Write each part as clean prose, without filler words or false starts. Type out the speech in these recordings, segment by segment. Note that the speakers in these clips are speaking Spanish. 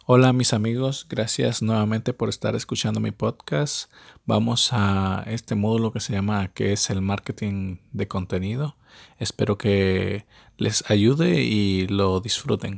Hola mis amigos, gracias nuevamente por estar escuchando mi podcast. Vamos a este módulo que se llama ¿Qué es el marketing de contenido? Espero que les ayude y lo disfruten.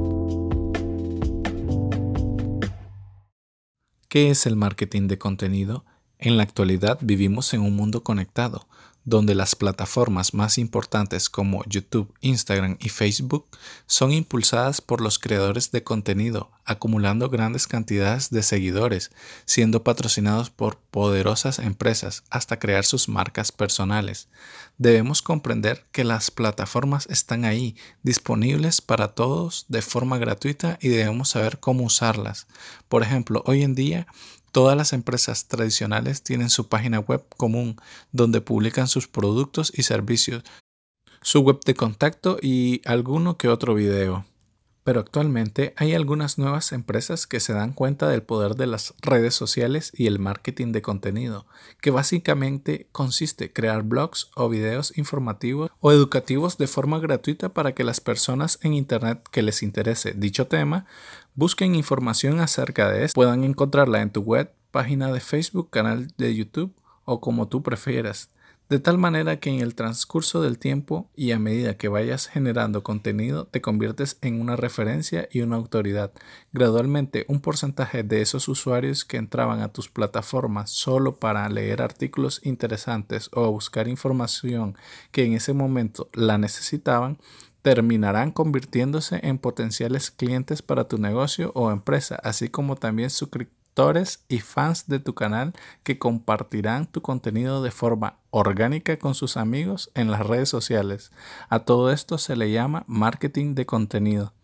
¿Qué es el marketing de contenido? En la actualidad vivimos en un mundo conectado, donde las plataformas más importantes como YouTube, Instagram y Facebook son impulsadas por los creadores de contenido, acumulando grandes cantidades de seguidores, siendo patrocinados por poderosas empresas hasta crear sus marcas personales. Debemos comprender que las plataformas están ahí, disponibles para todos de forma gratuita y debemos saber cómo usarlas. Por ejemplo, hoy en día todas las empresas tradicionales tienen su página web común donde publican sus productos y servicios, su web de contacto y alguno que otro video. Pero actualmente hay algunas nuevas empresas que se dan cuenta del poder de las redes sociales y el marketing de contenido, que básicamente consiste en crear blogs o videos informativos o educativos de forma gratuita para que las personas en Internet que les interese dicho tema busquen información acerca de esto. Puedan encontrarla en tu web, página de Facebook, canal de YouTube o como tú prefieras. De tal manera que en el transcurso del tiempo y a medida que vayas generando contenido, te conviertes en una referencia y una autoridad. Gradualmente, un porcentaje de esos usuarios que entraban a tus plataformas solo para leer artículos interesantes o buscar información que en ese momento la necesitaban, terminarán convirtiéndose en potenciales clientes para tu negocio o empresa, así como también suscriptores y fans de tu canal que compartirán tu contenido de forma orgánica con sus amigos en las redes sociales. A todo esto se le llama marketing de contenido.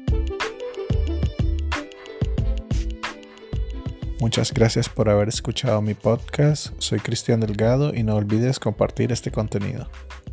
Muchas gracias por haber escuchado mi podcast. Soy Cristian Delgado y no olvides compartir este contenido.